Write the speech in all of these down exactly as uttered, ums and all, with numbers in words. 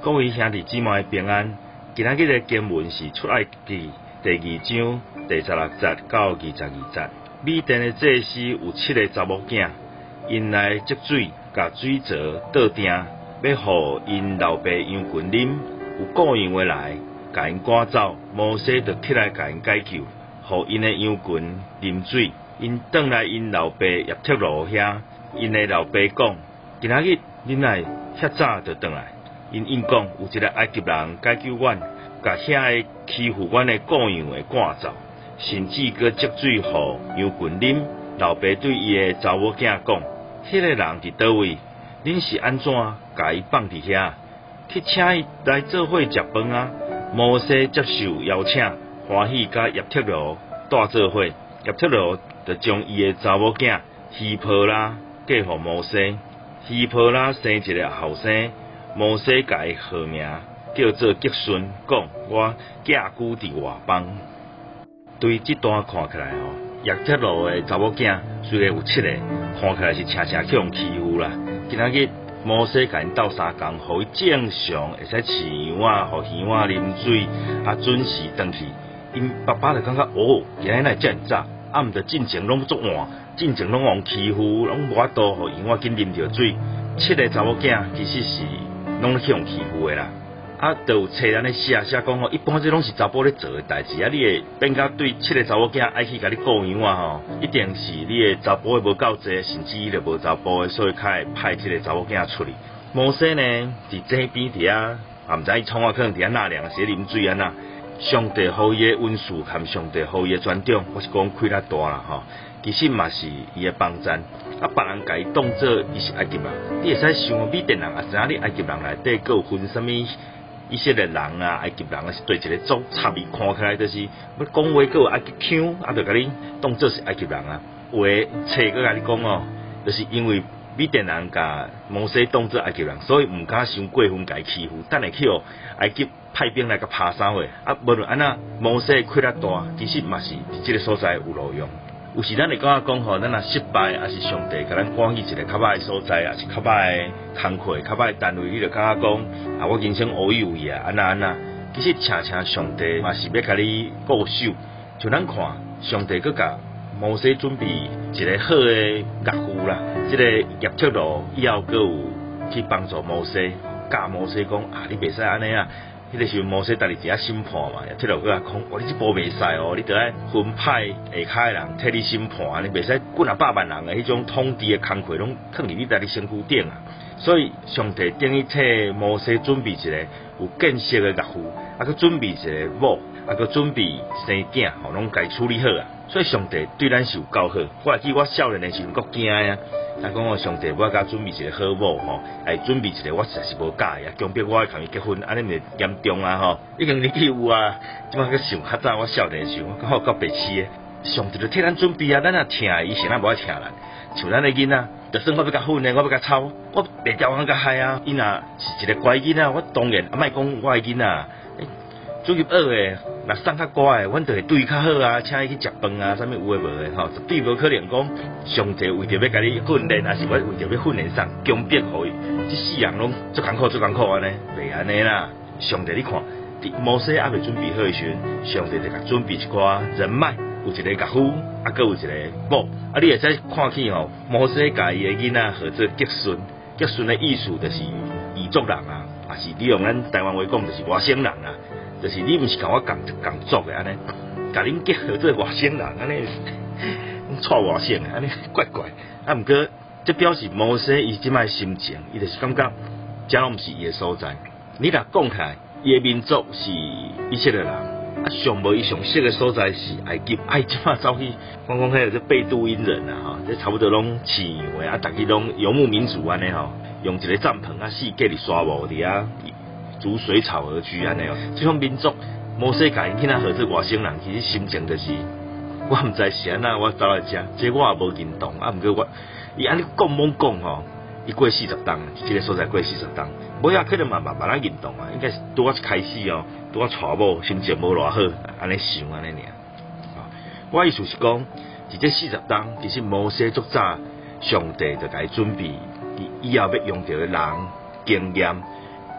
各位兄弟姊妹平安。今仔日的经文是出埃及第二章第十六节到二十二节。米甸的祭司有七个查某囝，因来接水，甲水槽倒定，要互因老爸羊群啉。有各样的来，甲因赶走。摩西就起来甲因解救，互因的羊群啉水。因转来因老爸叶忒罗遐，因的老爸讲：今仔日恁来遐早就转来。因应讲有一个埃及人解救阮，甲遐个欺负阮的各样的赶走，甚至搁接水互羊群啉。老爸对伊的查某囝讲：迄个人伫倒位？恁是安怎甲伊放伫遐？去请伊来做伙食饭啊！摩西接受邀请，欢喜甲叶忒罗带做伙。叶忒罗就将伊的查某囝希波拉嫁互摩西。希波拉生一个后生，摩西甲伊号名叫做吉顺，讲我寄居伫外邦。对这段看起来吼，叶忒罗的查某囝虽然有七个，看起来是常常去互欺负啦。今仔日摩西甲因斗相共，互伊正常会使饲羊啊，互羊啊啉水，啊准时转去。因爸爸就感觉哦，今仔来遮尔早，啊毋着进前拢足晚，进前拢互欺负，拢无法度互羊啊紧啉着水。七个查某囝其实是拢去互欺负的啦。啊，就有册咱咧写写讲吼，一般这拢是查甫咧做的代志啊。你会变甲对七个查某囝爱去甲你顾羊啊吼，一定是你的查甫的无够济，甚至伊就无查甫的，所以较会派七个查某囝出去。摩西呢，伫井边伫啊，也毋知伊创啊可能伫啊纳凉时啉水安那。上帝互伊的温顺，含上帝互伊的尊重，我是讲开力大啦吼。其实嘛是伊的帮衬，啊，别人甲伊当做伊是埃及人，你会使想米甸人也知影你埃及人内底佫有分什么以色列人啊、埃及人啊，是对一个组插伊，看起来就是要讲话佫有埃及腔，啊，就甲你当做是埃及人啊。有诶册佫甲你讲哦，就是因为米甸人甲摩西当做埃及人，所以毋敢伤过分甲伊欺负，等下去哦埃及派兵来甲拍三回，啊，无论安那摩西气力大，其实嘛是伫即个所在有路用。有时咱会感觉讲吼，咱若失败，也是上帝甲咱赶去一个较歹的所在，也是较歹的工课、较歹的单位，你就感觉讲啊，我人生无以为啊，安那安那。其实常常上帝嘛是要甲你固守，像咱看上帝佫甲摩西准备一个好的乐父啦，即、这个叶忒罗以后佫有去帮助摩西，教摩西讲啊，你袂使安尼啊。迄个时阵摩西家己伫遐审判嘛，叶忒罗佫甲讲，哦，你这步袂使哦，你着爱分派下骹的人替你审判，你袂使几啊百万人的迄种统治的工课拢放伫你家己身躯顶啊。所以上帝等于替摩西准备一个有见识的岳父，啊，佮准备一个某，啊，佮准备生囝，吼，拢家处理好啊。所以上帝对咱是有够好。我还记我少年的时阵够惊啊，啊，讲哦，上帝我甲准备一个好某吼，还准备一个我实在是无教的，强迫我要同伊结婚，安尼咪严重啊吼。已经年纪有啊，即摆佮想较早我少年的时阵，我感觉够白痴的。上帝就替咱准备啊，咱若听伊，先咱无爱听咱。像咱的囡仔，就算我要甲训练，我要甲操，我袂调我甲害啊。伊若是一个乖囡仔，我当然啊，莫讲我的囡仔，主入学的，若送较乖的，阮就会对伊较好啊，请伊去食饭啊，啥物有诶无诶吼，绝对无可能讲上帝为着要甲你训练，还是为着要训练上强迫互伊，即世人拢做艰苦做艰苦安尼，袂安尼啦。上帝你看，摩西还未准备好诶时阵，上帝就甲准备一寡人脉。有一个岳父，啊，佮有一个某，啊，你会使看起吼，摩西家己的囡仔号做吉顺，吉顺的意思就是彝族人啊，也是你用咱台湾话讲就是外省人啊，就是你毋是甲我共共族的安尼，甲恁结合做外省人安尼，错外省安尼怪怪，啊，毋过这表示摩西伊即摆心情，伊就是感觉这拢毋是伊的所在。你若讲起来，伊的民族是以色列人。啊，上无伊上熟的所在是埃及，哎，即马走去讲讲迄个贝都因人啊，吼，这差不多拢饲羊的啊，逐日拢游牧民族安尼吼，用一个帐篷啊，四隔伫沙漠伫啊，逐水草而居安尼哦。这种民族，摩西家因去那合作外省人，其实心情就是，我毋知是安那，我走来遮，这我也无认同啊，毋过我，伊安尼讲猛讲吼。伊过四十档，即个所在过四十档，尾仔可能嘛嘛慢慢认同啊，应该是拄啊一开始哦，拄啊娶某心情无偌好，安尼想安尼尔。啊，我意思是讲，伫这四十档，其实摩西足早，上帝就甲伊准备，伊以后要用到的人经验，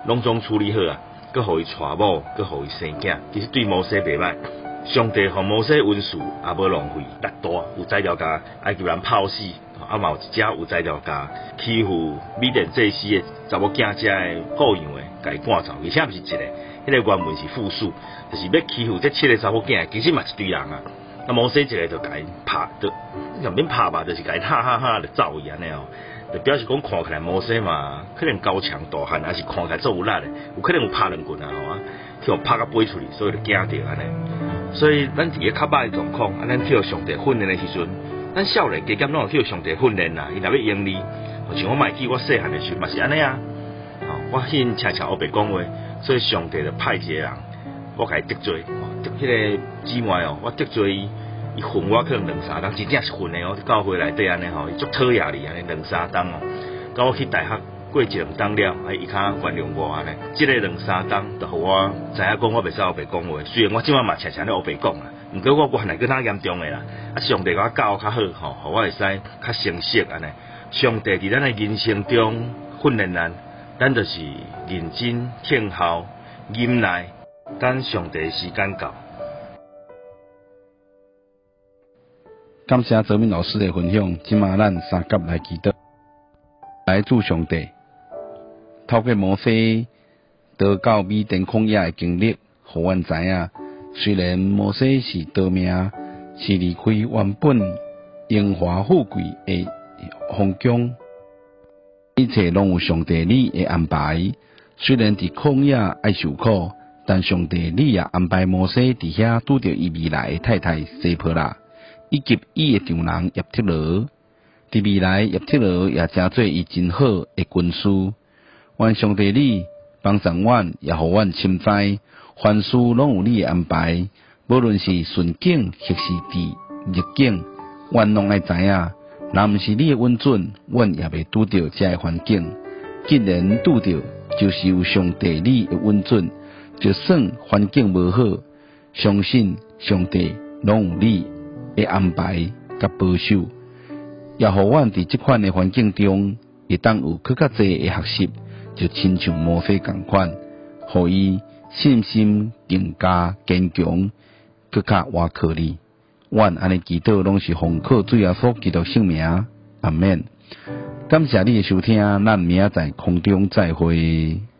拢总处理好啊，佮互伊娶某，佮互伊生囝，其实对摩西袂歹。上帝互摩西恩赐也无浪费力大，有材料甲埃及人泡死，啊嘛有一只有材料甲欺负米甸祭司的查某囝遮的各样的，甲伊赶走，而且毋是一个，迄、那个原文是复数，就是要欺负这七个查某囝，其实嘛一堆人啊。啊摩西一个就甲伊拍，就又免拍吧，就是甲伊哈哈哈就走伊安尼哦。就表示讲看起来摩西嘛，可能高强大汉，还是看起来做有力的，有可能有拍两棍啊吼啊，去互拍甲飞出去，所以就惊着安尼。所以咱伫个较歹的状况，啊，咱去互上帝训练的时阵，咱少年加减拢有去互上帝训练啦。伊若要用你，像我嘛会记我细汉的时候嘛是安尼啊。哦，我迄恰恰黑白讲话，所以上帝就派一个人，我甲伊得罪，得迄个姊妹哦，我得罪伊。伊训我可能两三工，真正是训的哦。教会内底安尼吼，伊足讨厌你安尼两三工哦。到我去大学过一两冬了，哎，伊较原谅我安尼。即个两三冬，就互我知影讲我袂使黑白讲话。虽然我即摆嘛常常咧黑白讲啦，毋过我原来更较严重的啦。啊，上帝我教较好吼，互我会使较成熟安尼。上帝伫咱的人生中训练咱，咱就是认真、听候、忍耐，等上帝时间到。 感谢泽明老师的分享，今嘛咱三甲来祈祷，来祝上帝透过摩西得到米甸旷野的经历，互阮知影，虽然摩西是得命，是离开原本荣华富贵的风景，一切拢有上帝你的安排。虽然伫旷野爱受苦，但上帝你也安排摩西伫遐拄着伊未来的太太西坡拉。以及伊的丈人叶忒罗，伫未来叶忒罗也诚做伊真好的军师。愿上帝你帮助阮，也互阮深知，凡事拢有你的安排。无论是顺境，或是伫逆境，阮拢爱知影，若毋是你的允准，阮也袂拄着遮个环境。既然拄着，就是有上帝你的允准，就算环境无好，相信上帝拢有你的安排甲保守，也互阮伫即款的环境中，会当有更较侪的学习，就亲像摩西共款，互伊信心更加坚强，更较活靠你。阮安尼祈祷拢是奉靠主耶稣基督圣名，阿免。感谢你的收听，咱明仔载空中再会。